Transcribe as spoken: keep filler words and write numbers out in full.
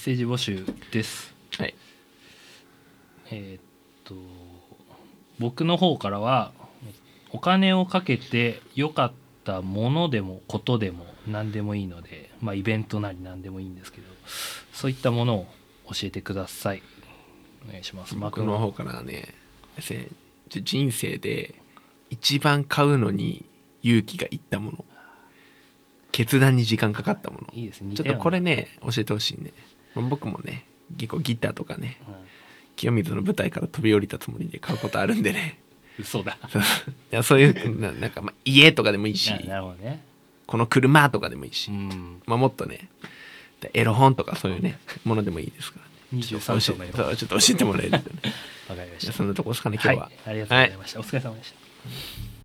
セージ募集です。 はい。 えー、っと僕の方からはお金をかけて良かったものでもことでも何でもいいので、まあイベントなり何でもいいんですけど、そういったものを教えてください。お願いします。 僕の方からはね、人生で一番買うのに勇気がいったもの、決断に時間かかったもの、 いいですね、 ちょっとこれね教えてほしいね。僕もね結構ギターとかね、うん、清水の舞台から飛び降りたつもりで買うことあるんでね。 嘘だ。 いやそういうななんかまあ家とかでもいいし、 なるほどね、 この車とかでもいいし、 うん、 まあ、もっとねエロ本とかそういうねものでもいいですからね。 にじゅうさん章のエロ本ちょっと教えてもらえるとね。 わかりました。 そんなとこですかね今日は。 はい、ありがとうございました、はい、お疲れ様でした。